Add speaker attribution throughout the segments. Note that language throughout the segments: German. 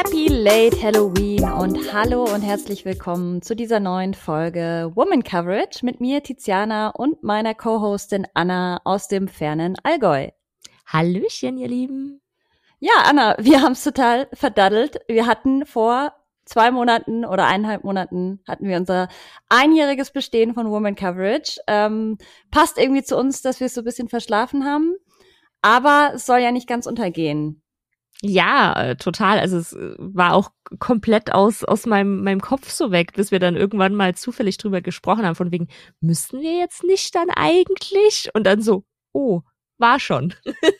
Speaker 1: Happy Late Halloween und hallo und herzlich willkommen zu dieser neuen Folge Woman Coverage mit mir, Tiziana, und meiner Co-Hostin Anna aus dem fernen Allgäu.
Speaker 2: Hallöchen, ihr Lieben.
Speaker 1: Ja, Anna, wir haben es total verdaddelt. Wir hatten vor 2 Monaten oder 1,5 Monaten hatten wir unser einjähriges Bestehen von Woman Coverage. Passt irgendwie zu uns, dass wir es so ein bisschen verschlafen haben. Aber es soll ja nicht ganz untergehen.
Speaker 2: Ja, total. Also es war auch komplett aus meinem Kopf so weg, bis wir dann irgendwann mal zufällig drüber gesprochen haben, von wegen, müssen wir jetzt nicht dann eigentlich? Und dann so, oh, war schon.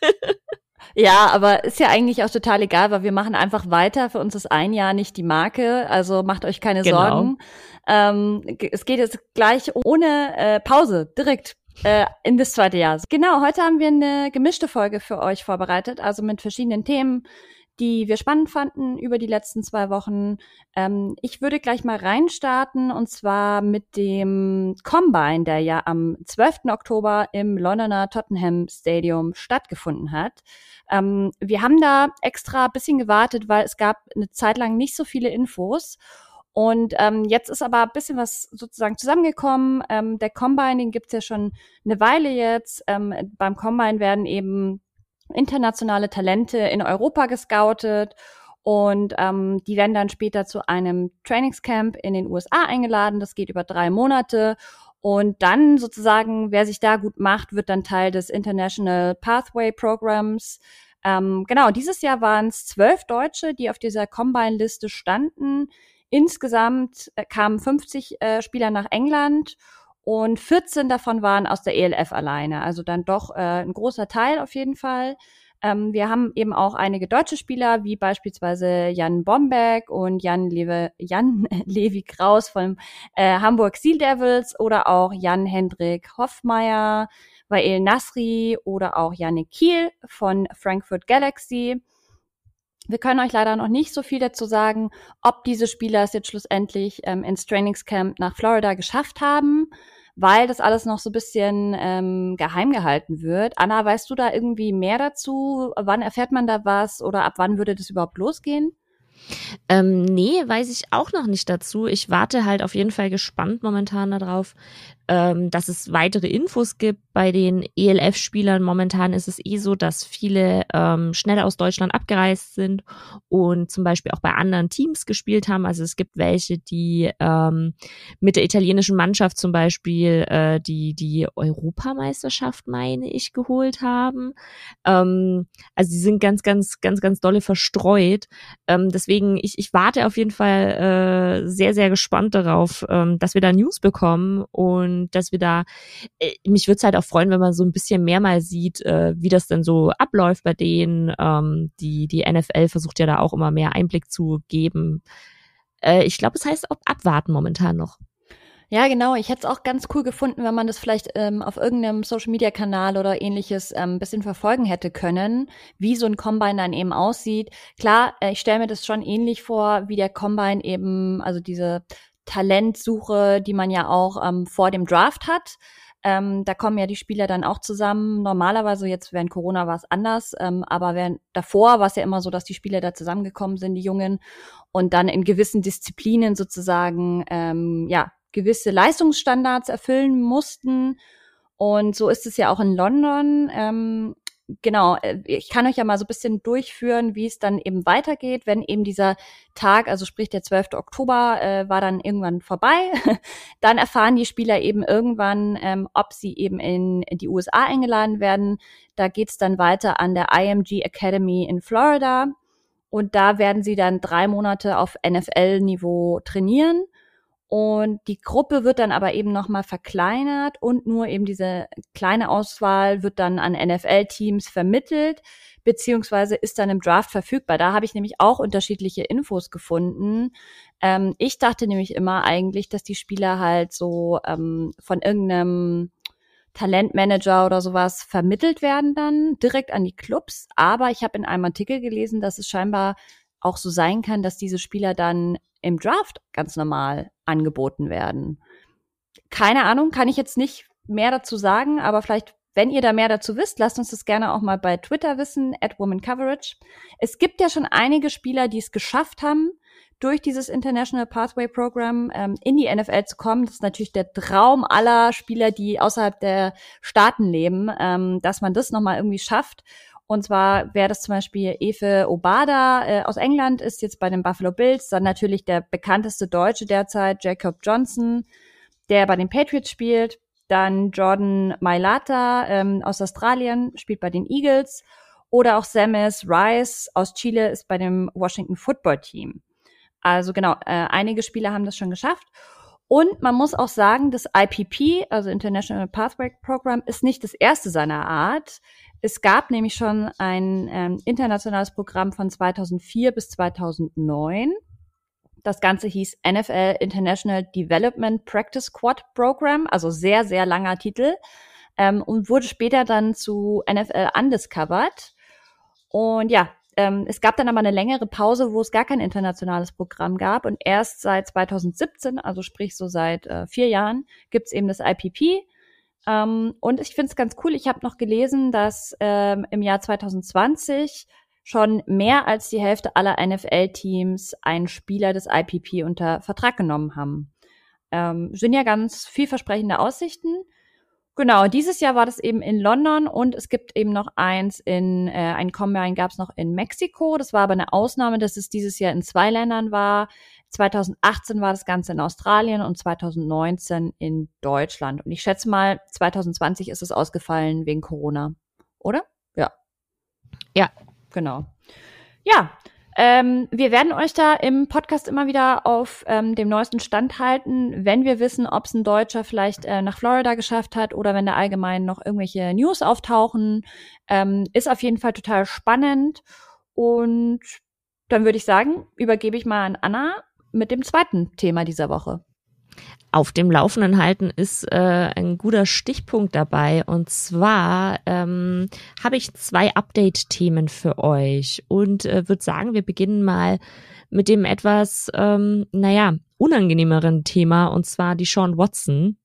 Speaker 1: Ja, aber ist ja eigentlich auch total egal, weil wir machen einfach weiter. Für uns ist ein Jahr nicht die Marke, also macht euch keine Sorgen. Es geht jetzt gleich ohne Pause direkt in das zweite Jahr. Genau, heute haben wir eine gemischte Folge für euch vorbereitet, also mit verschiedenen Themen, die wir spannend fanden über die letzten 2 Wochen. Ich würde gleich mal reinstarten, und zwar mit dem Combine, der ja am 12. Oktober im Londoner Tottenham Stadium stattgefunden hat. Wir haben da extra ein bisschen gewartet, weil es gab eine Zeit lang nicht so viele Infos. Und jetzt ist aber ein bisschen was sozusagen zusammengekommen. Der Combine, den gibt's ja schon eine Weile jetzt. Beim Combine werden eben internationale Talente in Europa gescoutet und die werden dann später zu einem Trainingscamp in den USA eingeladen. Das geht über 3 Monate. Und dann sozusagen, wer sich da gut macht, wird dann Teil des International Pathway Programs. Genau, dieses Jahr waren es 12 Deutsche, die auf dieser Combine-Liste standen. Insgesamt kamen 50 Spieler nach England und 14 davon waren aus der ELF alleine. Also dann doch ein großer Teil auf jeden Fall. Wir haben eben auch einige deutsche Spieler, wie beispielsweise Jan Bombeck und Jan Levi Kraus von Hamburg Sea Devils oder auch Jan-Hendrik Hoffmeier, Wael Nasri oder auch Yannick Kiel von Frankfurt Galaxy. Wir können euch leider noch nicht so viel dazu sagen, ob diese Spieler es jetzt schlussendlich ins Trainingscamp nach Florida geschafft haben, weil das alles noch so ein bisschen geheim gehalten wird. Anna, weißt du da irgendwie mehr dazu? Wann erfährt man da was oder ab wann würde das überhaupt losgehen?
Speaker 2: Nee, weiß ich auch noch nicht dazu. Ich warte halt auf jeden Fall gespannt momentan darauf, dass es weitere Infos gibt bei den ELF-Spielern. Momentan ist es so, dass viele schnell aus Deutschland abgereist sind und zum Beispiel auch bei anderen Teams gespielt haben. Also es gibt welche, die mit der italienischen Mannschaft zum Beispiel die Europameisterschaft, meine ich, geholt haben. Also die sind ganz dolle verstreut. Deswegen, ich warte auf jeden Fall sehr, sehr gespannt darauf, dass wir da News bekommen und dass wir da, mich würde es halt auch freuen, wenn man so ein bisschen mehr mal sieht, wie das denn so abläuft bei denen. Die NFL versucht ja da auch immer mehr Einblick zu geben. Ich glaube, es heißt auch abwarten momentan noch.
Speaker 1: Ja, genau. Ich hätte es auch ganz cool gefunden, wenn man das vielleicht auf irgendeinem Social-Media-Kanal oder ähnliches ein bisschen verfolgen hätte können, wie so ein Combine dann eben aussieht. Klar, ich stelle mir das schon ähnlich vor, wie der Combine eben, also diese Talentsuche, die man ja auch vor dem Draft hat. Da kommen ja die Spieler dann auch zusammen. Normalerweise, jetzt während Corona war es anders, aber davor war es ja immer so, dass die Spieler da zusammengekommen sind, die Jungen, und dann in gewissen Disziplinen sozusagen, gewisse Leistungsstandards erfüllen mussten. Und so ist es ja auch in London. Genau, ich kann euch ja mal so ein bisschen durchführen, wie es dann eben weitergeht, wenn eben dieser Tag, also sprich der 12. Oktober, war dann irgendwann vorbei. Dann erfahren die Spieler eben irgendwann, ob sie eben in die USA eingeladen werden. Da geht's dann weiter an der IMG Academy in Florida. Und da werden sie dann 3 Monate auf NFL-Niveau trainieren. Und die Gruppe wird dann aber eben nochmal verkleinert und nur eben diese kleine Auswahl wird dann an NFL-Teams vermittelt, beziehungsweise ist dann im Draft verfügbar. Da habe ich nämlich auch unterschiedliche Infos gefunden. Ich dachte nämlich immer eigentlich, dass die Spieler halt so von irgendeinem Talentmanager oder sowas vermittelt werden dann direkt an die Clubs. Aber ich habe in einem Artikel gelesen, dass es scheinbar auch so sein kann, dass diese Spieler dann im Draft ganz normal angeboten werden. Keine Ahnung, kann ich jetzt nicht mehr dazu sagen, aber vielleicht wenn ihr da mehr dazu wisst, lasst uns das gerne auch mal bei Twitter wissen, @womancoverage. Es gibt ja schon einige Spieler, die es geschafft haben, durch dieses International Pathway Program in die NFL zu kommen. Das ist natürlich der Traum aller Spieler, die außerhalb der Staaten leben, dass man das nochmal irgendwie schafft. Und zwar wäre das zum Beispiel Efe Obada aus England, ist jetzt bei den Buffalo Bills. Dann natürlich der bekannteste Deutsche derzeit, Jacob Johnson, der bei den Patriots spielt. Dann Jordan Mailata aus Australien, spielt bei den Eagles. Oder auch Samis Rice aus Chile ist bei dem Washington Football Team. Also genau, einige Spieler haben das schon geschafft. Und man muss auch sagen, das IPP, also International Pathway Program, ist nicht das erste seiner Art. Es gab nämlich schon ein internationales Programm von 2004 bis 2009. Das Ganze hieß NFL International Development Practice Squad Program, also sehr, sehr langer Titel, und wurde später dann zu NFL Undiscovered. Und ja, es gab dann aber eine längere Pause, wo es gar kein internationales Programm gab. Und erst seit 2017, also sprich so seit 4 Jahren, gibt's eben das IPP. Und ich finde es ganz cool. Ich habe noch gelesen, dass im Jahr 2020 schon mehr als die Hälfte aller NFL-Teams einen Spieler des IPP unter Vertrag genommen haben. Sind ja ganz vielversprechende Aussichten. Genau, dieses Jahr war das eben in London und es gibt eben noch eins ein Combine gab es noch in Mexiko. Das war aber eine Ausnahme, dass es dieses Jahr in 2 Ländern war. 2018 war das Ganze in Australien und 2019 in Deutschland. Und ich schätze mal, 2020 ist es ausgefallen wegen Corona, oder? Ja.
Speaker 2: Ja.
Speaker 1: Genau. Ja, wir werden euch da im Podcast immer wieder auf dem neuesten Stand halten, wenn wir wissen, ob es ein Deutscher vielleicht nach Florida geschafft hat oder wenn da allgemein noch irgendwelche News auftauchen. Ist auf jeden Fall total spannend. Und dann würde ich sagen, übergebe ich mal an Anna mit dem zweiten Thema dieser Woche.
Speaker 2: Auf dem Laufenden halten ist ein guter Stichpunkt dabei. Und zwar habe ich 2 Update-Themen für euch und würde sagen, wir beginnen mal mit dem etwas, unangenehmeren Thema, und zwar die Sean Watson.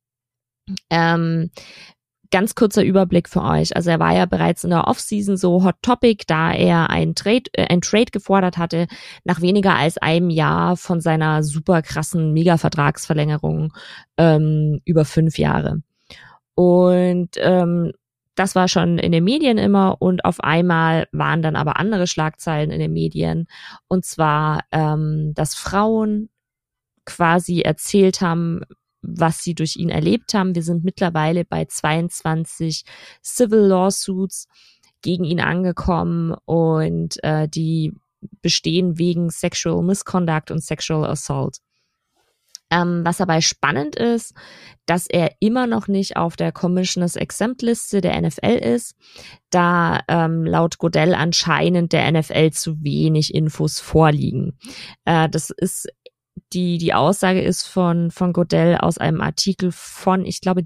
Speaker 2: Ganz kurzer Überblick für euch. Also er war ja bereits in der Offseason so Hot Topic, da er ein Trade gefordert hatte, nach weniger als einem Jahr von seiner super krassen Mega-Vertragsverlängerung über 5 Jahre. Und das war schon in den Medien immer, und auf einmal waren dann aber andere Schlagzeilen in den Medien, und zwar, dass Frauen quasi erzählt haben, was sie durch ihn erlebt haben. Wir sind mittlerweile bei 22 Civil Lawsuits gegen ihn angekommen, und die bestehen wegen Sexual Misconduct und Sexual Assault. Was dabei spannend ist, dass er immer noch nicht auf der Commissioners Exempt Liste der NFL ist, da laut Goodell anscheinend der NFL zu wenig Infos vorliegen. Das ist die Aussage ist von Goodell aus einem Artikel von, ich glaube,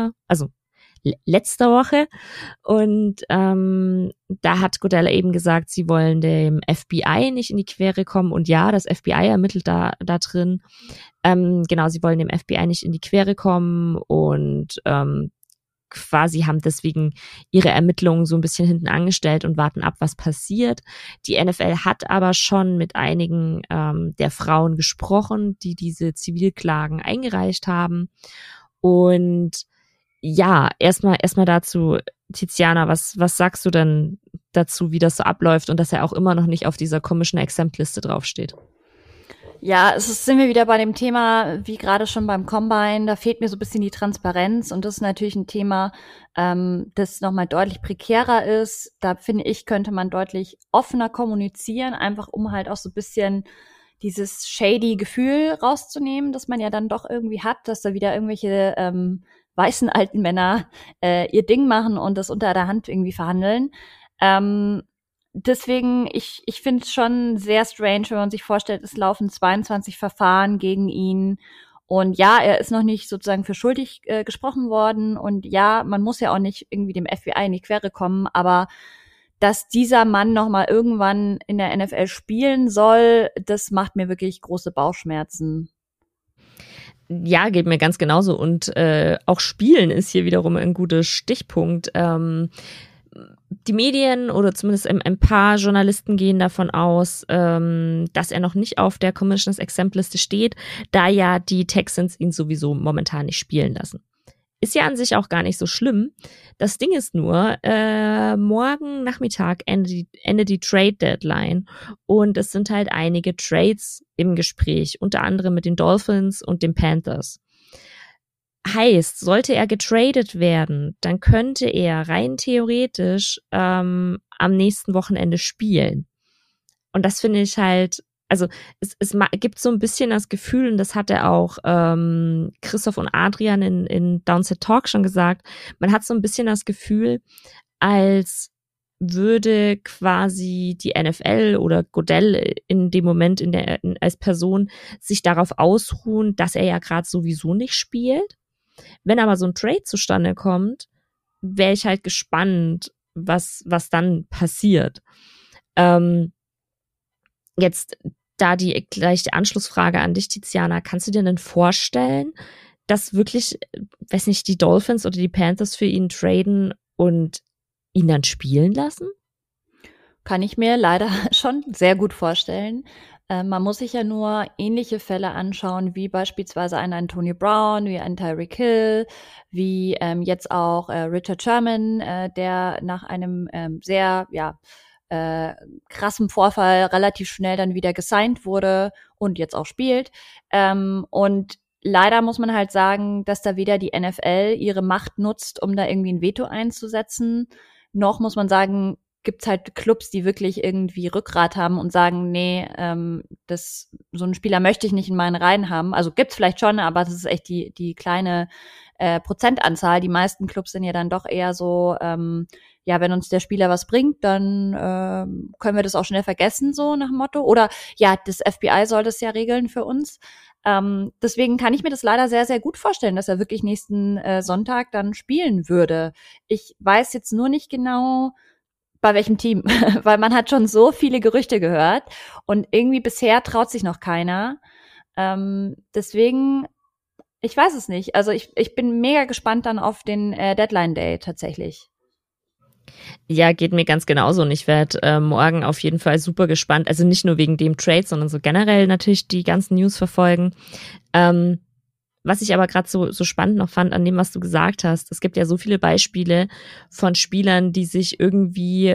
Speaker 2: letzter Woche. Und da hat Goodell eben gesagt, sie wollen dem FBI nicht in die Quere kommen. Und ja, das FBI ermittelt da drin. Sie wollen dem FBI nicht in die Quere kommen und quasi haben deswegen ihre Ermittlungen so ein bisschen hinten angestellt und warten ab, was passiert. Die NFL hat aber schon mit einigen der Frauen gesprochen, die diese Zivilklagen eingereicht haben. Und ja, erstmal dazu, Tiziana, was sagst du denn dazu, wie das so abläuft und dass er auch immer noch nicht auf dieser Commissioner Exempt Liste draufsteht?
Speaker 1: Ja, sind wir wieder bei dem Thema, wie gerade schon beim Combine, da fehlt mir so ein bisschen die Transparenz, und das ist natürlich ein Thema, das nochmal deutlich prekärer ist. Da finde ich, könnte man deutlich offener kommunizieren, einfach um halt auch so ein bisschen dieses shady Gefühl rauszunehmen, das man ja dann doch irgendwie hat, dass da wieder irgendwelche weißen alten Männer ihr Ding machen und das unter der Hand irgendwie verhandeln. Deswegen, ich finde es schon sehr strange, wenn man sich vorstellt, es laufen 22 Verfahren gegen ihn. Und ja, er ist noch nicht sozusagen für schuldig gesprochen worden. Und ja, man muss ja auch nicht irgendwie dem FBI in die Quere kommen. Aber dass dieser Mann noch mal irgendwann in der NFL spielen soll, das macht mir wirklich große Bauchschmerzen.
Speaker 2: Ja, geht mir ganz genauso. Und auch Spielen ist hier wiederum ein guter Stichpunkt. Die Medien oder zumindest ein paar Journalisten gehen davon aus, dass er noch nicht auf der Commissioners Exempt-Liste steht, da ja die Texans ihn sowieso momentan nicht spielen lassen. Ist ja an sich auch gar nicht so schlimm. Das Ding ist nur, morgen Nachmittag endet die Trade-Deadline und es sind halt einige Trades im Gespräch, unter anderem mit den Dolphins und den Panthers. Heißt, sollte er getradet werden, dann könnte er rein theoretisch am nächsten Wochenende spielen. Und das finde ich halt, also es gibt so ein bisschen das Gefühl, und das hatte auch Christoph und Adrian in Downset Talk schon gesagt, man hat so ein bisschen das Gefühl, als würde quasi die NFL oder Goodell in dem Moment als Person sich darauf ausruhen, dass er ja gerade sowieso nicht spielt. Wenn aber so ein Trade zustande kommt, wäre ich halt gespannt, was dann passiert. Jetzt da gleich die Anschlussfrage an dich, Tiziana. Kannst du dir denn vorstellen, dass wirklich, weiß nicht, die Dolphins oder die Panthers für ihn traden und ihn dann spielen lassen?
Speaker 1: Kann ich mir leider schon sehr gut vorstellen. Man muss sich ja nur ähnliche Fälle anschauen, wie beispielsweise ein Antonio Brown, wie ein Tyreek Hill, wie jetzt auch Richard Sherman, der nach einem sehr, krassen Vorfall relativ schnell dann wieder gesigned wurde und jetzt auch spielt. Und leider muss man halt sagen, dass da weder die NFL ihre Macht nutzt, um da irgendwie ein Veto einzusetzen, noch muss man sagen, gibt's halt Clubs, die wirklich irgendwie Rückgrat haben und sagen, nee, so einen Spieler möchte ich nicht in meinen Reihen haben. Also gibt's vielleicht schon, aber das ist echt die kleine Prozentanzahl. Die meisten Clubs sind ja dann doch eher so, wenn uns der Spieler was bringt, dann können wir das auch schnell vergessen, so nach dem Motto. Oder ja, das FBI soll das ja regeln für uns. Deswegen kann ich mir das leider sehr, sehr gut vorstellen, dass er wirklich nächsten Sonntag dann spielen würde. Ich weiß jetzt nur nicht genau, bei welchem Team, weil man hat schon so viele Gerüchte gehört und irgendwie bisher traut sich noch keiner. Deswegen, ich weiß es nicht. Also ich bin mega gespannt dann auf den Deadline Day tatsächlich.
Speaker 2: Ja, geht mir ganz genauso und ich werde morgen auf jeden Fall super gespannt. Also nicht nur wegen dem Trade, sondern so generell natürlich die ganzen News verfolgen. Was ich aber gerade so spannend noch fand an dem, was du gesagt hast, es gibt ja so viele Beispiele von Spielern, die sich irgendwie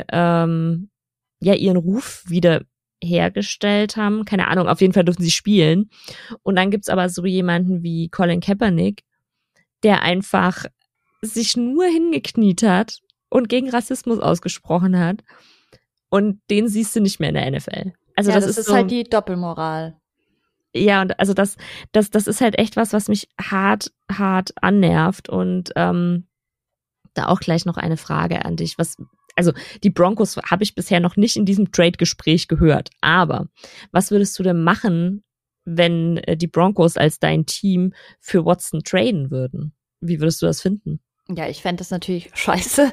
Speaker 2: ihren Ruf wieder hergestellt haben. Keine Ahnung, auf jeden Fall dürfen sie spielen. Und dann gibt's aber so jemanden wie Colin Kaepernick, der einfach sich nur hingekniet hat und gegen Rassismus ausgesprochen hat. Und den siehst du nicht mehr in der NFL. Also
Speaker 1: ja, das ist so, halt die Doppelmoral.
Speaker 2: Ja, und also das ist halt echt was mich hart annervt. Und da auch gleich noch eine Frage an dich. Also die Broncos habe ich bisher noch nicht in diesem Trade-Gespräch gehört. Aber was würdest du denn machen, wenn die Broncos als dein Team für Watson traden würden? Wie würdest du das finden?
Speaker 1: Ja, ich fände das natürlich scheiße.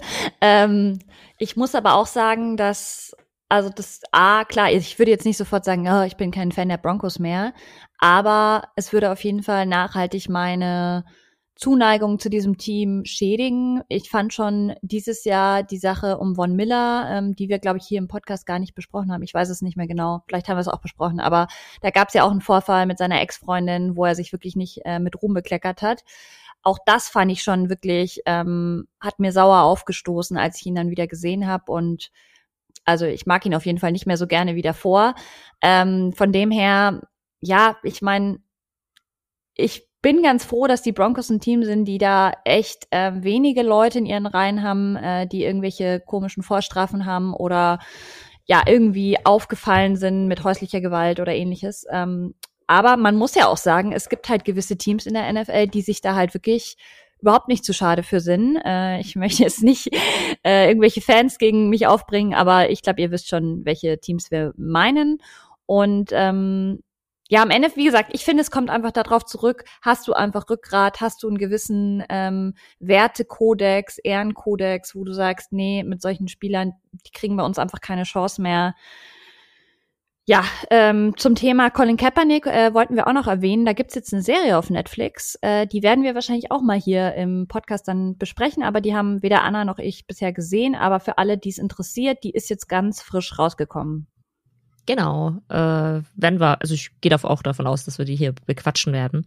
Speaker 1: Ich muss aber auch sagen, dass klar, ich würde jetzt nicht sofort sagen, oh, ich bin kein Fan der Broncos mehr, aber es würde auf jeden Fall nachhaltig meine Zuneigung zu diesem Team schädigen. Ich fand schon dieses Jahr die Sache um Von Miller, die wir, glaube ich, hier im Podcast gar nicht besprochen haben. Ich weiß es nicht mehr genau. Vielleicht haben wir es auch besprochen, aber da gab es ja auch einen Vorfall mit seiner Ex-Freundin, wo er sich wirklich nicht mit Ruhm bekleckert hat. Auch das fand ich schon wirklich, hat mir sauer aufgestoßen, als ich ihn dann wieder gesehen habe. Und also ich mag ihn auf jeden Fall nicht mehr so gerne wie davor. Von dem her, ja, ich meine, ich bin ganz froh, dass die Broncos ein Team sind, die da echt wenige Leute in ihren Reihen haben, die irgendwelche komischen Vorstrafen haben oder ja irgendwie aufgefallen sind mit häuslicher Gewalt oder ähnliches. Aber man muss ja auch sagen, es gibt halt gewisse Teams in der NFL, die sich da halt wirklich überhaupt nicht zu schade für sind. Ich möchte jetzt nicht irgendwelche Fans gegen mich aufbringen, aber ich glaube, ihr wisst schon, welche Teams wir meinen. Und am Ende, wie gesagt, ich finde, es kommt einfach darauf zurück, hast du einfach Rückgrat, hast du einen gewissen Wertekodex, Ehrenkodex, wo du sagst, nee, mit solchen Spielern, die kriegen bei uns einfach keine Chance mehr. Ja, zum Thema Colin Kaepernick wollten wir auch noch erwähnen, da gibt's jetzt eine Serie auf Netflix, die werden wir wahrscheinlich auch mal hier im Podcast dann besprechen, aber die haben weder Anna noch ich bisher gesehen, aber für alle, die es interessiert, die ist jetzt ganz frisch rausgekommen.
Speaker 2: Genau, also ich gehe auch davon aus, dass wir die hier bequatschen werden.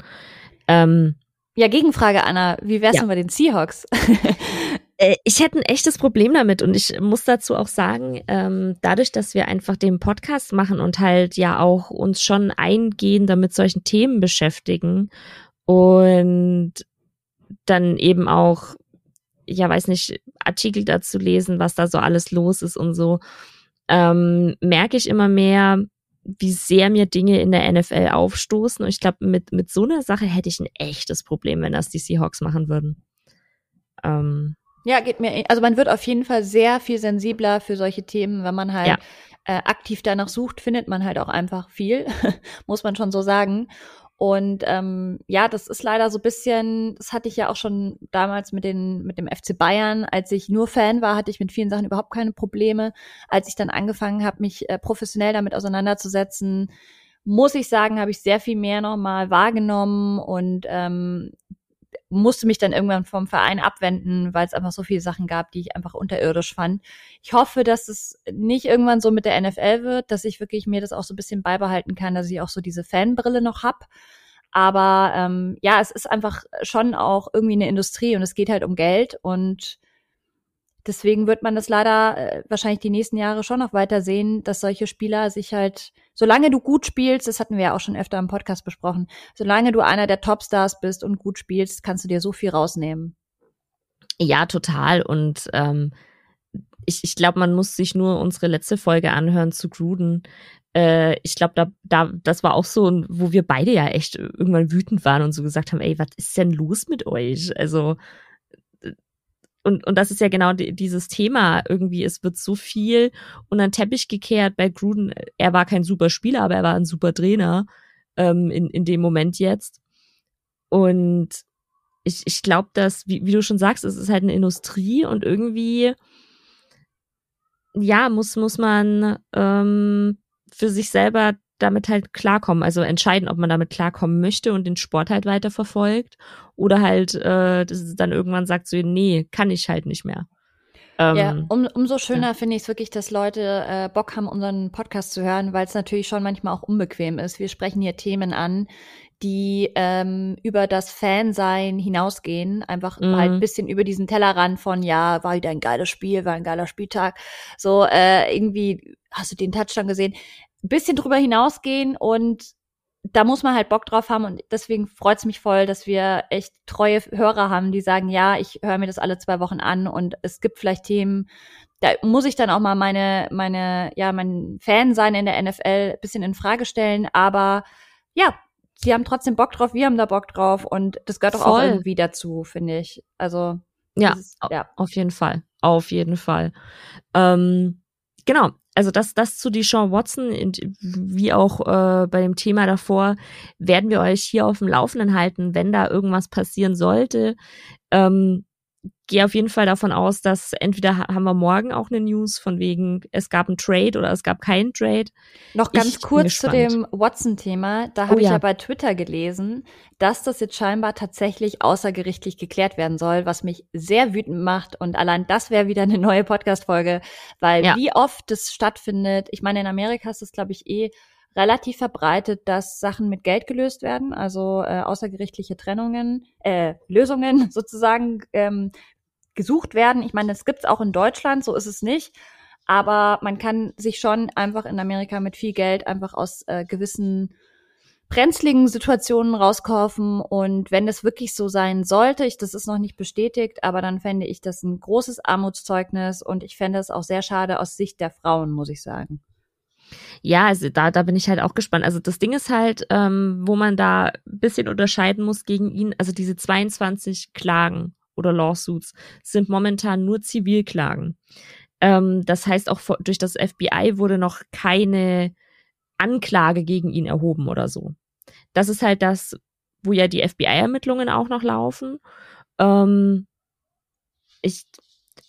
Speaker 1: Ja, Gegenfrage, Anna, wie wär's denn bei den Seahawks?
Speaker 2: Ich hätte ein echtes Problem damit und ich muss dazu auch sagen, dadurch, dass wir einfach den Podcast machen und halt ja auch uns schon eingehender mit solchen Themen beschäftigen und dann eben auch, ja weiß nicht, Artikel dazu lesen, was da so alles los ist und so, merke ich immer mehr, wie sehr mir Dinge in der NFL aufstoßen. Und ich glaube, mit so einer Sache hätte ich ein echtes Problem, wenn das die Seahawks machen würden.
Speaker 1: Ja, geht mir, also man wird auf jeden Fall sehr viel sensibler für solche Themen, wenn man halt aktiv danach sucht, findet man halt auch einfach viel, muss man schon so sagen. Und ja, das ist leider so ein bisschen, das hatte ich ja auch schon damals mit dem FC Bayern, als ich nur Fan war, hatte ich mit vielen Sachen überhaupt keine Probleme. Als ich dann angefangen habe, mich professionell damit auseinanderzusetzen, muss ich sagen, habe ich sehr viel mehr nochmal wahrgenommen und musste mich dann irgendwann vom Verein abwenden, weil es einfach so viele Sachen gab, die ich einfach unterirdisch fand. Ich hoffe, dass es nicht irgendwann so mit der NFL wird, dass ich wirklich mir das auch so ein bisschen beibehalten kann, dass ich auch so diese Fanbrille noch hab. Aber ja, es ist einfach schon auch irgendwie eine Industrie und es geht halt um Geld und deswegen wird man das leider wahrscheinlich die nächsten Jahre schon noch weiter sehen, dass solche Spieler sich halt, solange du gut spielst, das hatten wir ja auch schon öfter im Podcast besprochen, solange du einer der Topstars bist und gut spielst, kannst du dir so viel rausnehmen.
Speaker 2: Ja, total. Und ich glaube, man muss sich nur unsere letzte Folge anhören zu Gruden. Ich glaube, das war auch so, wo wir beide ja echt irgendwann wütend waren und so gesagt haben, ey, was ist denn los mit euch? Also und das ist ja genau dieses Thema irgendwie, es wird so viel unter den Teppich gekehrt bei Gruden. Er war kein super Spieler, aber er war ein super Trainer in dem Moment jetzt. Und ich glaube, dass, wie du schon sagst, es ist halt eine Industrie und irgendwie, ja, muss man für sich selber damit halt klarkommen, also entscheiden, ob man damit klarkommen möchte und den Sport halt weiter verfolgt oder halt das dann irgendwann sagt so, nee, kann ich halt nicht mehr.
Speaker 1: Ja, umso schöner finde ich es wirklich, dass Leute Bock haben, unseren Podcast zu hören, weil es natürlich schon manchmal auch unbequem ist. Wir sprechen hier Themen an, die über das Fansein hinausgehen, einfach halt ein bisschen über diesen Tellerrand von, ja, war wieder ein geiles Spiel, war ein geiler Spieltag, so irgendwie, hast du den Touchdown gesehen, ein bisschen drüber hinausgehen und da muss man halt Bock drauf haben und deswegen freut's mich voll, dass wir echt treue Hörer haben, die sagen, ja, ich höre mir das alle 2 Wochen an und es gibt vielleicht Themen, da muss ich dann auch mal mein Fan-Sein in der NFL ein bisschen in Frage stellen, aber ja, sie haben trotzdem Bock drauf, wir haben da Bock drauf und das gehört doch auch irgendwie dazu, finde ich. Also
Speaker 2: ja, auf jeden Fall. Auf jeden Fall. Genau, also das zu Deshaun Watson, wie auch bei dem Thema davor, werden wir euch hier auf dem Laufenden halten, wenn da irgendwas passieren sollte. Gehe auf jeden Fall davon aus, dass entweder haben wir morgen auch eine News von wegen, es gab einen Trade oder es gab keinen Trade.
Speaker 1: Noch ganz kurz zu dem Watson-Thema. Da habe ich ja bei Twitter gelesen, dass das jetzt scheinbar tatsächlich außergerichtlich geklärt werden soll, was mich sehr wütend macht. Und allein das wäre wieder eine neue Podcast-Folge, weil wie oft das stattfindet. Ich meine, in Amerika ist es, glaube ich, relativ verbreitet, dass Sachen mit Geld gelöst werden, also außergerichtliche Lösungen sozusagen gesucht werden. Ich meine, das gibt's auch in Deutschland, so ist es nicht. Aber man kann sich schon einfach in Amerika mit viel Geld einfach aus gewissen brenzligen Situationen rauskaufen. Und wenn das wirklich so sein sollte, das ist noch nicht bestätigt, aber dann fände ich das ein großes Armutszeugnis und ich fände es auch sehr schade aus Sicht der Frauen, muss ich sagen.
Speaker 2: Ja, also da bin ich halt auch gespannt. Also das Ding ist halt, wo man da ein bisschen unterscheiden muss gegen ihn, also diese 22 Klagen oder Lawsuits sind momentan nur Zivilklagen. Das heißt, auch durch das FBI wurde noch keine Anklage gegen ihn erhoben oder so. Das ist halt das, wo ja die FBI-Ermittlungen auch noch laufen. Ich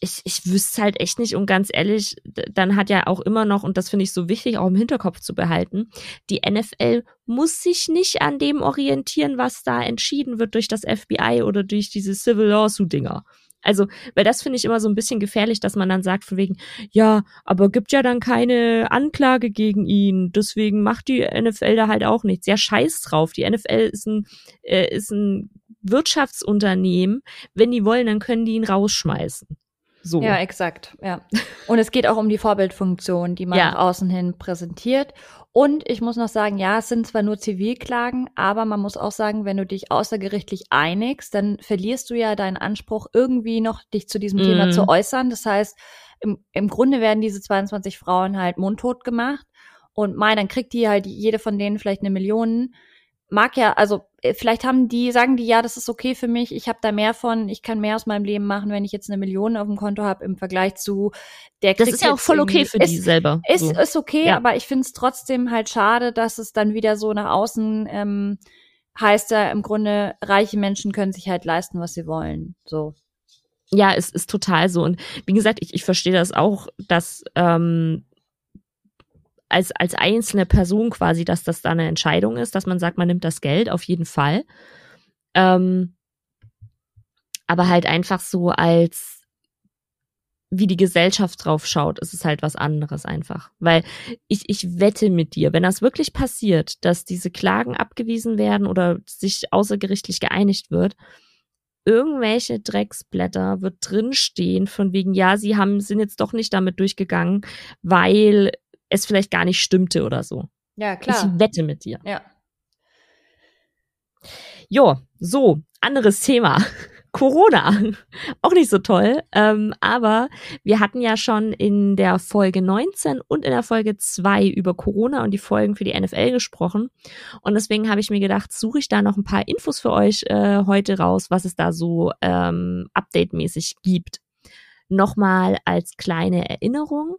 Speaker 2: ich wüsste halt echt nicht, und ganz ehrlich, dann hat ja auch immer noch, und das finde ich so wichtig, auch im Hinterkopf zu behalten, die NFL muss sich nicht an dem orientieren, was da entschieden wird durch das FBI oder durch diese Civil Lawsuit-Dinger. Also, weil das finde ich immer so ein bisschen gefährlich, dass man dann sagt von wegen, ja, aber gibt ja dann keine Anklage gegen ihn, deswegen macht die NFL da halt auch nichts. Ja, scheiß drauf, die NFL ist ein Wirtschaftsunternehmen, wenn die wollen, dann können die ihn rausschmeißen. So.
Speaker 1: Ja, exakt, ja. Und es geht auch um die Vorbildfunktion, die man nach außen hin präsentiert. Und ich muss noch sagen, ja, es sind zwar nur Zivilklagen, aber man muss auch sagen, wenn du dich außergerichtlich einigst, dann verlierst du ja deinen Anspruch, irgendwie noch dich zu diesem Thema zu äußern. Das heißt, im Grunde werden diese 22 Frauen halt mundtot gemacht. Und dann kriegt die halt jede von denen vielleicht 1 Million. Mag ja, also vielleicht sagen die, ja, das ist okay für mich, ich habe da mehr von, ich kann mehr aus meinem Leben machen, wenn ich jetzt 1 Million auf dem Konto habe im Vergleich zu der kriegt.
Speaker 2: Das ist ja auch voll okay für die selber.
Speaker 1: Ist okay, ja. Aber ich finde es trotzdem halt schade, dass es dann wieder so nach außen heißt ja im Grunde, reiche Menschen können sich halt leisten, was sie wollen. So.
Speaker 2: Ja, es ist total so. Und wie gesagt, ich verstehe das auch, dass als einzelne Person quasi, dass das da eine Entscheidung ist, dass man sagt, man nimmt das Geld, auf jeden Fall. Aber halt einfach so als wie die Gesellschaft drauf schaut, ist es halt was anderes einfach. Weil ich wette mit dir, wenn das wirklich passiert, dass diese Klagen abgewiesen werden oder sich außergerichtlich geeinigt wird, irgendwelche Drecksblätter wird drinstehen von wegen, ja, sie sind jetzt doch nicht damit durchgegangen, weil es vielleicht gar nicht stimmte oder so.
Speaker 1: Ja, klar.
Speaker 2: Ich wette mit dir.
Speaker 1: Ja.
Speaker 2: Jo, so, anderes Thema. Corona. Auch nicht so toll. Aber wir hatten ja schon in der Folge 19 und in der Folge 2 über Corona und die Folgen für die NFL gesprochen. Und deswegen habe ich mir gedacht, suche ich da noch ein paar Infos für euch heute raus, was es da so update-mäßig gibt. Nochmal als kleine Erinnerung.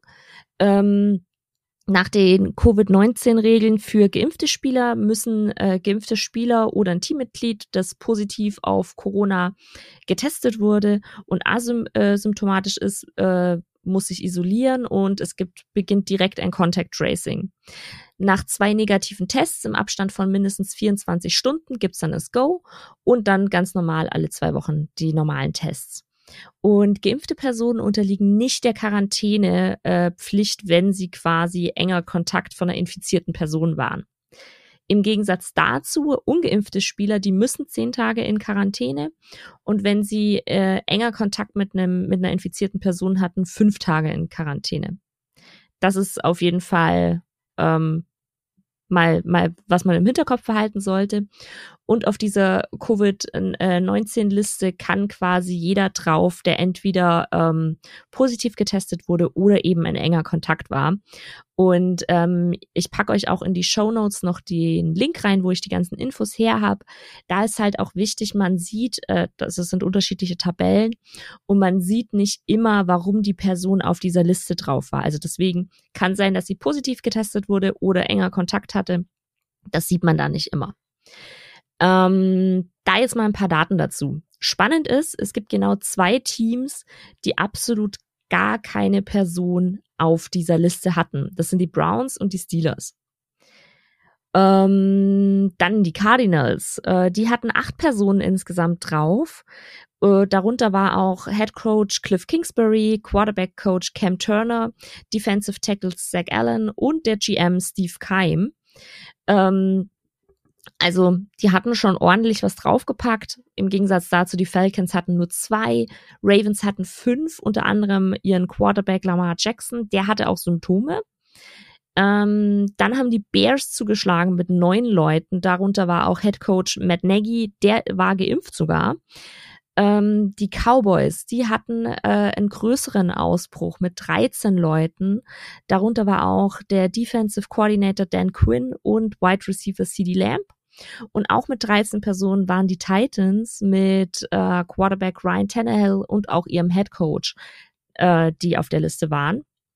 Speaker 2: Nach den Covid-19-Regeln für geimpfte Spieler müssen geimpfte Spieler oder ein Teammitglied, das positiv auf Corona getestet wurde und asymptomatisch ist, muss sich isolieren und beginnt direkt ein Contact Tracing. Nach 2 negativen Tests im Abstand von mindestens 24 Stunden gibt's dann das Go und dann ganz normal alle 2 Wochen die normalen Tests. Und geimpfte Personen unterliegen nicht der Quarantänepflicht, wenn sie quasi enger Kontakt von einer infizierten Person waren. Im Gegensatz dazu, ungeimpfte Spieler, die müssen 10 Tage in Quarantäne und wenn sie enger Kontakt mit einer infizierten Person hatten, 5 Tage in Quarantäne. Das ist auf jeden Fall mal was man im Hinterkopf behalten sollte. Und auf dieser Covid-19-Liste kann quasi jeder drauf, der entweder positiv getestet wurde oder eben ein enger Kontakt war. Und ich packe euch auch in die Shownotes noch den Link rein, wo ich die ganzen Infos her habe. Da ist halt auch wichtig, man sieht, das sind unterschiedliche Tabellen und man sieht nicht immer, warum die Person auf dieser Liste drauf war. Also deswegen kann sein, dass sie positiv getestet wurde oder enger Kontakt hatte. Das sieht man da nicht immer. Da jetzt mal ein paar Daten dazu. Spannend ist, es gibt genau 2 Teams, die absolut gar keine Person auf dieser Liste hatten. Das sind die Browns und die Steelers. Dann die Cardinals. Die hatten 8 Personen insgesamt drauf. Darunter war auch Head Coach Cliff Kingsbury, Quarterback Coach Cam Turner, Defensive Tackle Zach Allen und der GM Steve Keim. Also die hatten schon ordentlich was draufgepackt. Im Gegensatz dazu, die Falcons hatten nur 2, Ravens hatten 5, unter anderem ihren Quarterback Lamar Jackson, der hatte auch Symptome. Dann haben die Bears zugeschlagen mit 9 Leuten, darunter war auch Head Coach Matt Nagy, der war geimpft sogar. Die Cowboys, die hatten einen größeren Ausbruch mit 13 Leuten. Darunter war auch der Defensive Coordinator Dan Quinn und Wide Receiver CeeDee Lamb. Und auch mit 13 Personen waren die Titans mit Quarterback Ryan Tannehill und auch ihrem Head Coach, die auf der Liste waren.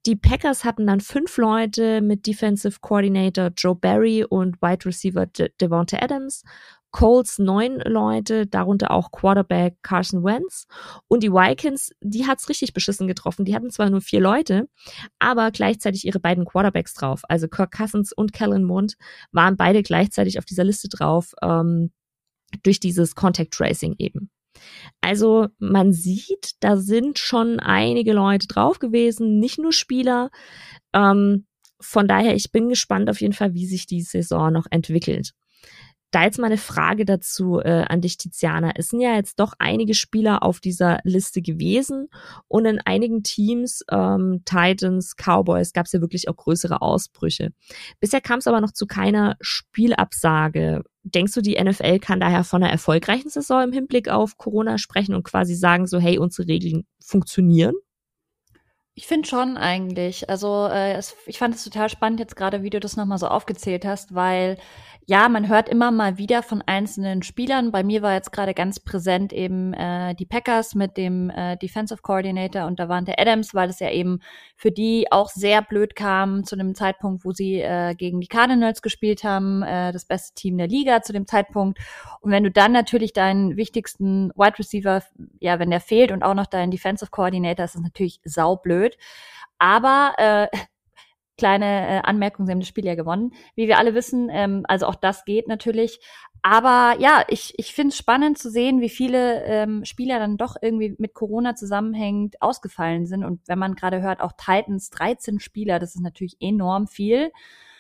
Speaker 2: Die Packers hatten dann 5 Leute mit Defensive Coordinator Joe Barry und Wide Receiver Devonta Adams. Colts 9 Leute, darunter auch Quarterback Carson Wentz. Und die Vikings, die hat's richtig beschissen getroffen. Die hatten zwar nur 4 Leute, aber gleichzeitig ihre beiden Quarterbacks drauf. Also Kirk Cousins und Kellen Mond waren beide gleichzeitig auf dieser Liste drauf, durch dieses Contact Tracing eben. Also man sieht, da sind schon einige Leute drauf gewesen, nicht nur Spieler. Von daher, ich bin gespannt auf jeden Fall, wie sich die Saison noch entwickelt. Da jetzt mal eine Frage dazu an dich, Tiziana. Es sind ja jetzt doch einige Spieler auf dieser Liste gewesen und in einigen Teams, Titans, Cowboys, gab es ja wirklich auch größere Ausbrüche. Bisher kam es aber noch zu keiner Spielabsage. Denkst du, die NFL kann daher von einer erfolgreichen Saison im Hinblick auf Corona sprechen und quasi sagen so, hey, unsere Regeln funktionieren?
Speaker 1: Ich finde schon eigentlich. Also ich fand es total spannend jetzt gerade, wie du das nochmal so aufgezählt hast, weil ja, man hört immer mal wieder von einzelnen Spielern. Bei mir war jetzt gerade ganz präsent eben die Packers mit dem Defensive Coordinator und Davante Adams, weil es ja eben für die auch sehr blöd kam zu einem Zeitpunkt, wo sie gegen die Cardinals gespielt haben, das beste Team der Liga zu dem Zeitpunkt. Und wenn du dann natürlich deinen wichtigsten Wide Receiver, ja, wenn der fehlt und auch noch deinen Defensive Coordinator, ist das natürlich saublöd. Aber kleine Anmerkung, sie haben das Spiel ja gewonnen. Wie wir alle wissen, also auch das geht natürlich. Aber ja, ich finde es spannend zu sehen, wie viele Spieler dann doch irgendwie mit Corona zusammenhängend ausgefallen sind. Und wenn man gerade hört, auch Titans, 13 Spieler, das ist natürlich enorm viel.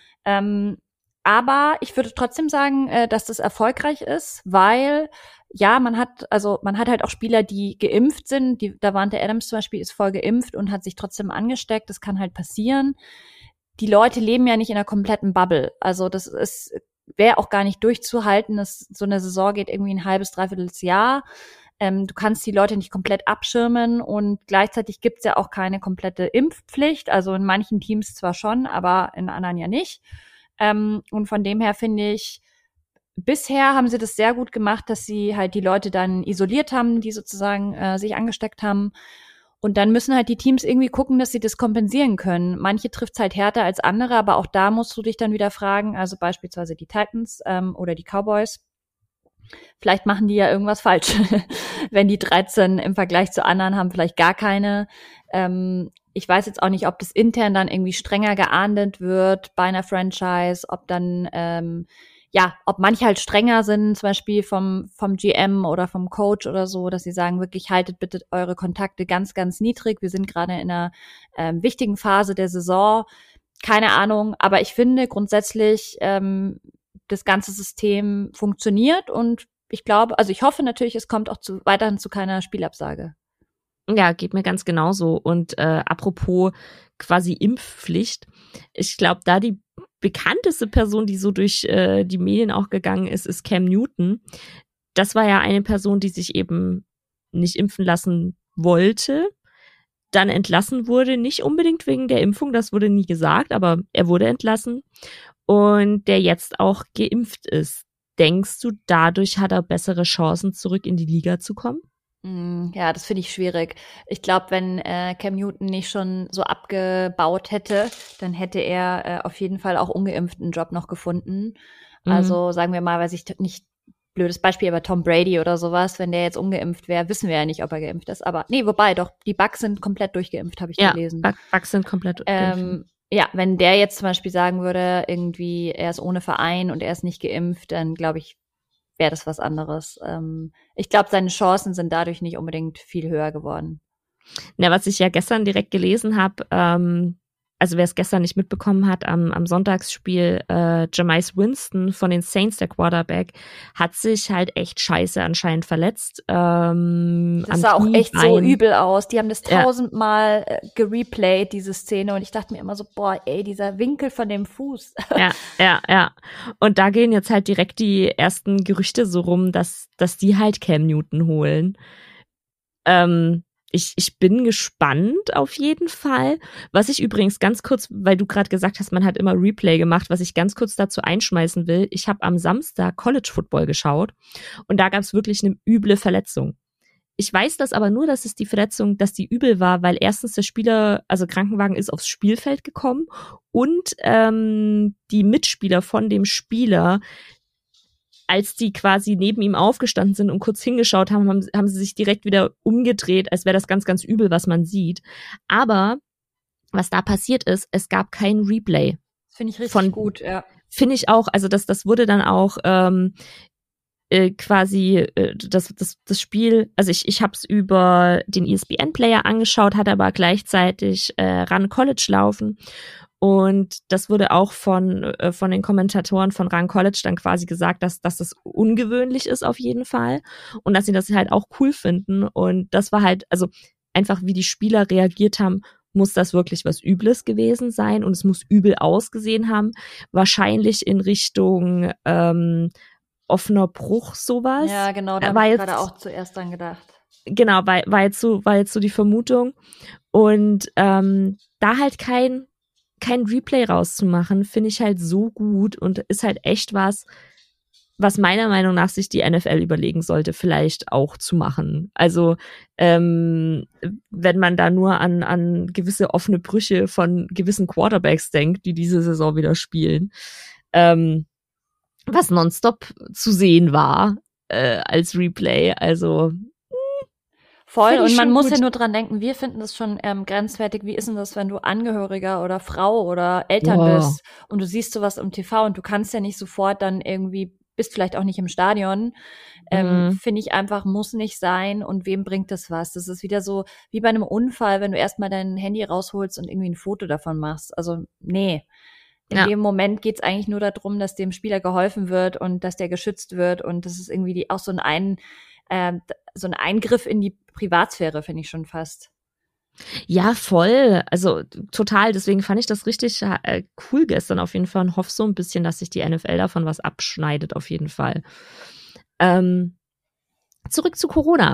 Speaker 1: Aber ich würde trotzdem sagen, dass das erfolgreich ist, weil ja, man hat halt auch Spieler, die geimpft sind. Davante Adams zum Beispiel ist voll geimpft und hat sich trotzdem angesteckt. Das kann halt passieren. Die Leute leben ja nicht in einer kompletten Bubble. Also das wäre auch gar nicht durchzuhalten. So eine Saison geht irgendwie ein halbes, dreiviertel Jahr. Du kannst die Leute nicht komplett abschirmen und gleichzeitig gibt's ja auch keine komplette Impfpflicht. Also in manchen Teams zwar schon, aber in anderen ja nicht. Und von dem her finde ich, bisher haben sie das sehr gut gemacht, dass sie halt die Leute dann isoliert haben, die sozusagen sich angesteckt haben. Und dann müssen halt die Teams irgendwie gucken, dass sie das kompensieren können. Manche trifft's halt härter als andere, aber auch da musst du dich dann wieder fragen, also beispielsweise die Titans oder die Cowboys. Vielleicht machen die ja irgendwas falsch, wenn die 13 im Vergleich zu anderen haben, vielleicht gar keine. Ich weiß jetzt auch nicht, ob das intern dann irgendwie strenger geahndet wird bei einer Franchise, ob dann ob manche halt strenger sind, zum Beispiel vom GM oder vom Coach oder so, dass sie sagen, wirklich haltet bitte eure Kontakte ganz, ganz niedrig. Wir sind gerade in einer wichtigen Phase der Saison. Keine Ahnung, aber ich finde grundsätzlich, das ganze System funktioniert und ich glaube, also ich hoffe natürlich, es kommt auch weiterhin zu keiner Spielabsage.
Speaker 2: Ja, geht mir ganz genauso. Und apropos quasi Impfpflicht, ich glaube, da die bekannteste Person, die so durch die Medien auch gegangen ist Cam Newton. Das war ja eine Person, die sich eben nicht impfen lassen wollte, dann entlassen wurde, nicht unbedingt wegen der Impfung, das wurde nie gesagt, aber er wurde entlassen und der jetzt auch geimpft ist. Denkst du, dadurch hat er bessere Chancen, zurück in die Liga zu kommen?
Speaker 1: Ja, das finde ich schwierig. Ich glaube, wenn Cam Newton nicht schon so abgebaut hätte, dann hätte er auf jeden Fall auch ungeimpft einen Job noch gefunden. Also sagen wir mal, weiß ich nicht, blödes Beispiel, aber Tom Brady oder sowas, wenn der jetzt ungeimpft wäre, wissen wir ja nicht, ob er geimpft ist. Aber nee, wobei, doch, die Bucks sind komplett durchgeimpft, habe ich gelesen.
Speaker 2: Ja, Bucks sind komplett durchgeimpft.
Speaker 1: Ja, wenn der jetzt zum Beispiel sagen würde, irgendwie, er ist ohne Verein und er ist nicht geimpft, dann glaube ich, wäre das was anderes. Ich glaube, seine Chancen sind dadurch nicht unbedingt viel höher geworden.
Speaker 2: Na, was ich ja gestern direkt gelesen habe, also wer es gestern nicht mitbekommen hat, am Sonntagsspiel, Jameis Winston von den Saints, der Quarterback, hat sich halt echt scheiße anscheinend verletzt.
Speaker 1: Das sah auch echt so übel aus. Die haben das 1000-mal gereplayt, diese Szene. Und ich dachte mir immer so, boah, ey, dieser Winkel von dem Fuß.
Speaker 2: Ja. Und da gehen jetzt halt direkt die ersten Gerüchte so rum, dass die halt Cam Newton holen. Ich bin gespannt auf jeden Fall. Was ich übrigens ganz kurz, weil du gerade gesagt hast, man hat immer Replay gemacht, was ich ganz kurz dazu einschmeißen will. Ich habe am Samstag College Football geschaut und da gab es wirklich eine üble Verletzung. Ich weiß das aber nur, dass es die Verletzung, dass die übel war, weil erstens der Spieler, also Krankenwagen ist aufs Spielfeld gekommen und die Mitspieler von dem Spieler, als die quasi neben ihm aufgestanden sind und kurz hingeschaut haben, haben sie sich direkt wieder umgedreht, als wäre das ganz, ganz übel, was man sieht. Aber was da passiert ist, es gab kein Replay.
Speaker 1: Das finde ich richtig gut, ja.
Speaker 2: Finde ich auch, also das wurde dann auch quasi das Spiel, also ich habe es über den ESPN-Player angeschaut, hatte aber gleichzeitig RAN College laufen und das wurde auch von den Kommentatoren von RAN College dann quasi gesagt, dass das ungewöhnlich ist auf jeden Fall und dass sie das halt auch cool finden und das war halt, also einfach wie die Spieler reagiert haben, muss das wirklich was Übles gewesen sein und es muss übel ausgesehen haben, wahrscheinlich in Richtung offener Bruch, sowas.
Speaker 1: Ja, genau, da habe ich gerade auch zuerst dran gedacht.
Speaker 2: Genau, war jetzt so die Vermutung. Und da halt kein Replay rauszumachen, finde ich halt so gut und ist halt echt was meiner Meinung nach sich die NFL überlegen sollte, vielleicht auch zu machen. Also wenn man da nur an gewisse offene Brüche von gewissen Quarterbacks denkt, die diese Saison wieder spielen, was nonstop zu sehen war als Replay. Also
Speaker 1: voll, und man muss ja nur dran denken, wir finden das schon grenzwertig. Wie ist denn das, wenn du Angehöriger oder Frau oder Eltern bist und du siehst sowas im TV und du kannst ja nicht sofort dann irgendwie, bist vielleicht auch nicht im Stadion, finde ich einfach, muss nicht sein und wem bringt das was? Das ist wieder so wie bei einem Unfall, wenn du erstmal dein Handy rausholst und irgendwie ein Foto davon machst. Also nee. In dem Moment geht's eigentlich nur darum, dass dem Spieler geholfen wird und dass der geschützt wird und das ist irgendwie auch so ein Eingriff in die Privatsphäre, finde ich schon fast.
Speaker 2: Ja, voll. Also total. Deswegen fand ich das richtig cool gestern auf jeden Fall und hoffe so ein bisschen, dass sich die NFL davon was abschneidet auf jeden Fall. Zurück zu Corona.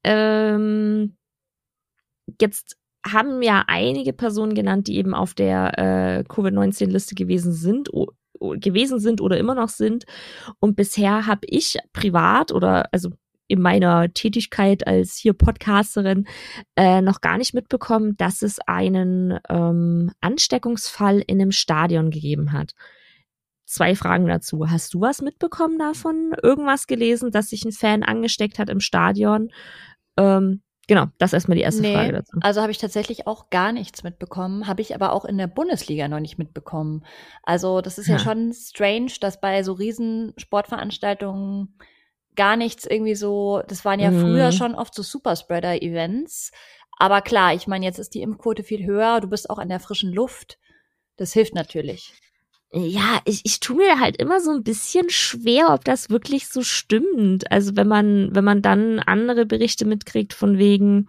Speaker 2: Jetzt haben ja einige Personen genannt, die eben auf der Covid-19-Liste gewesen sind oder immer noch sind. Und bisher habe ich privat oder also in meiner Tätigkeit als hier Podcasterin noch gar nicht mitbekommen, dass es einen Ansteckungsfall in einem Stadion gegeben hat. 2 Fragen dazu. Hast du was mitbekommen davon? Irgendwas gelesen, dass sich ein Fan angesteckt hat im Stadion? Genau, das ist erstmal die erste Frage dazu.
Speaker 1: Also habe ich tatsächlich auch gar nichts mitbekommen, habe ich aber auch in der Bundesliga noch nicht mitbekommen. Also das ist ja schon strange, dass bei so riesen Sportveranstaltungen gar nichts irgendwie so, das waren ja früher schon oft so Superspreader-Events. Aber klar, ich meine, jetzt ist die Impfquote viel höher, du bist auch an der frischen Luft. Das hilft natürlich.
Speaker 2: Ja, ich tue mir halt immer so ein bisschen schwer, ob das wirklich so stimmt. Also wenn man dann andere Berichte mitkriegt von wegen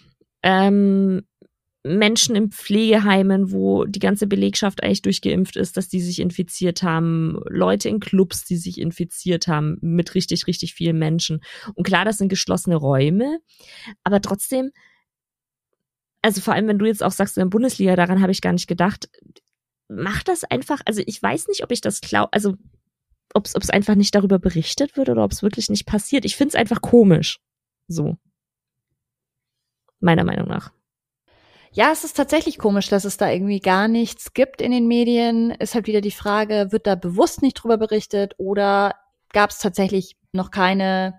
Speaker 2: Menschen in Pflegeheimen, wo die ganze Belegschaft eigentlich durchgeimpft ist, dass die sich infiziert haben, Leute in Clubs, die sich infiziert haben mit richtig, richtig vielen Menschen. Und klar, das sind geschlossene Räume, aber trotzdem, also vor allem, wenn du jetzt auch sagst, in der Bundesliga, daran habe ich gar nicht gedacht, mach das einfach, also ich weiß nicht, ob ich das glaube, also ob es einfach nicht darüber berichtet wird oder ob es wirklich nicht passiert. Ich finde es einfach komisch. So. Meiner Meinung nach.
Speaker 1: Ja, es ist tatsächlich komisch, dass es da irgendwie gar nichts gibt in den Medien. Ist halt wieder die Frage, wird da bewusst nicht drüber berichtet oder gab es tatsächlich noch keine,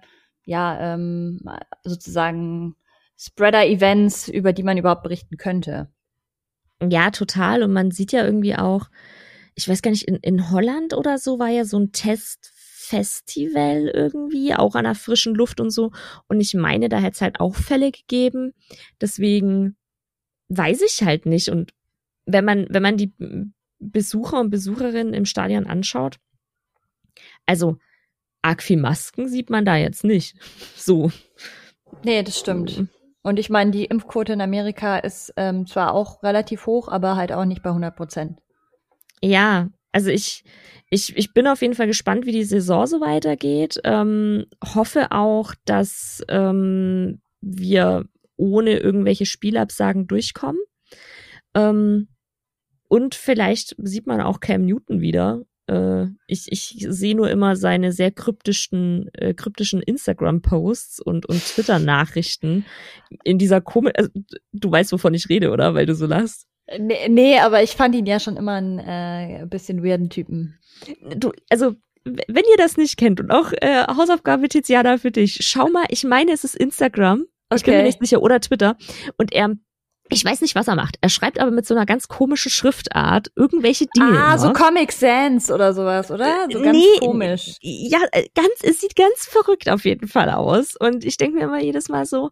Speaker 1: sozusagen Spreader-Events, über die man überhaupt berichten könnte?
Speaker 2: Ja, total. Und man sieht ja irgendwie auch, ich weiß gar nicht, in Holland oder so war ja so ein Testfestival irgendwie, auch an der frischen Luft und so. Und ich meine, da hätte es halt auch Fälle gegeben. Deswegen weiß ich halt nicht. Und wenn man die Besucher und Besucherinnen im Stadion anschaut, also arg viel Masken sieht man da jetzt nicht. So.
Speaker 1: Nee, das stimmt. Und ich meine, die Impfquote in Amerika ist zwar auch relativ hoch, aber halt auch nicht bei 100%.
Speaker 2: Ja, also ich bin auf jeden Fall gespannt, wie die Saison so weitergeht. Hoffe auch, dass wir ohne irgendwelche Spielabsagen durchkommen. Und vielleicht sieht man auch Cam Newton wieder ich sehe nur immer seine sehr kryptischen Instagram-Posts und Twitter-Nachrichten in dieser also, du weißt, wovon ich rede, oder? Weil du so lachst.
Speaker 1: Nee, aber ich fand ihn ja schon immer einen bisschen weirden Typen.
Speaker 2: Also, wenn ihr das nicht kennt und auch Hausaufgabe Tiziana für dich, schau mal, ich meine, es ist Instagram. Okay. Ich bin mir nicht sicher, oder Twitter. Und ich weiß nicht, was er macht. Er schreibt aber mit so einer ganz komischen Schriftart irgendwelche Dinge.
Speaker 1: Ah, so Comic Sans oder sowas, oder? So ganz komisch.
Speaker 2: Ja, es sieht ganz verrückt auf jeden Fall aus. Und ich denke mir immer jedes Mal so,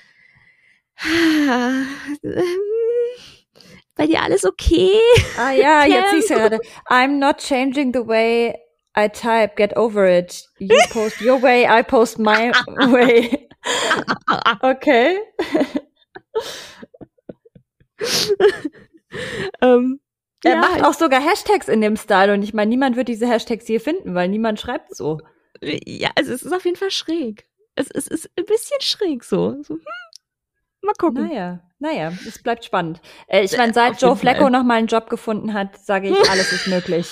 Speaker 2: bei dir alles okay?
Speaker 1: Ah ja, jetzt siehst du gerade. I'm not changing the way I type. Get over it. You post your way, I post my way. Okay. Er macht auch sogar Hashtags in dem Style und ich meine, niemand wird diese Hashtags hier finden, weil niemand schreibt so.
Speaker 2: Ja, also es ist auf jeden Fall schräg. Es ist ein bisschen schräg so. Mal gucken.
Speaker 1: Naja, es bleibt spannend. Ich meine, seit Joe Flacco noch mal einen Job gefunden hat, sage ich, alles ist möglich.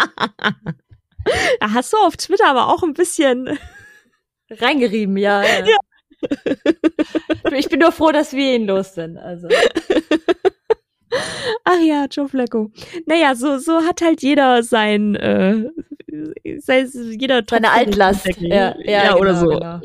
Speaker 2: Da hast du auf Twitter aber auch ein bisschen
Speaker 1: reingerieben, ja. Ich bin nur froh, dass wir ihn los sind. Also.
Speaker 2: Ach ja, Joe Flacco. Naja, so hat halt jeder seine
Speaker 1: Altlast. Ja, genau,
Speaker 2: oder so. Genau.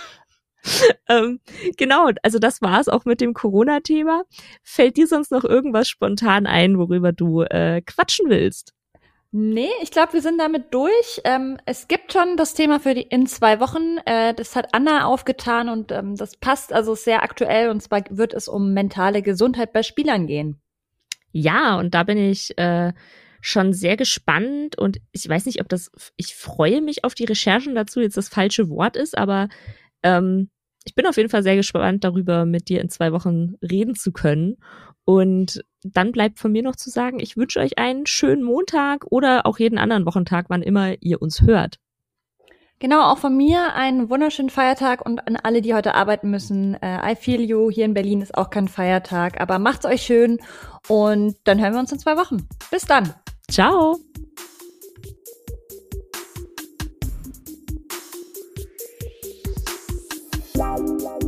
Speaker 2: Genau, also das war's auch mit dem Corona-Thema. Fällt dir sonst noch irgendwas spontan ein, worüber du quatschen willst?
Speaker 1: Nee, ich glaube, wir sind damit durch. Es gibt schon das Thema für in 2 Wochen. Das hat Anna aufgetan und das passt, also ist sehr aktuell. Und zwar wird es um mentale Gesundheit bei Spielern gehen.
Speaker 2: Ja, und da bin ich schon sehr gespannt und ich weiß nicht, ich freue mich auf die Recherchen dazu, jetzt das falsche Wort ist, aber ich bin auf jeden Fall sehr gespannt, darüber mit dir in 2 Wochen reden zu können. Und dann bleibt von mir noch zu sagen, ich wünsche euch einen schönen Montag oder auch jeden anderen Wochentag, wann immer ihr uns hört.
Speaker 1: Genau, auch von mir einen wunderschönen Feiertag und an alle, die heute arbeiten müssen. I feel you. Hier in Berlin ist auch kein Feiertag, aber macht's euch schön und dann hören wir uns in 2 Wochen. Bis dann.
Speaker 2: Ciao.
Speaker 3: Wow.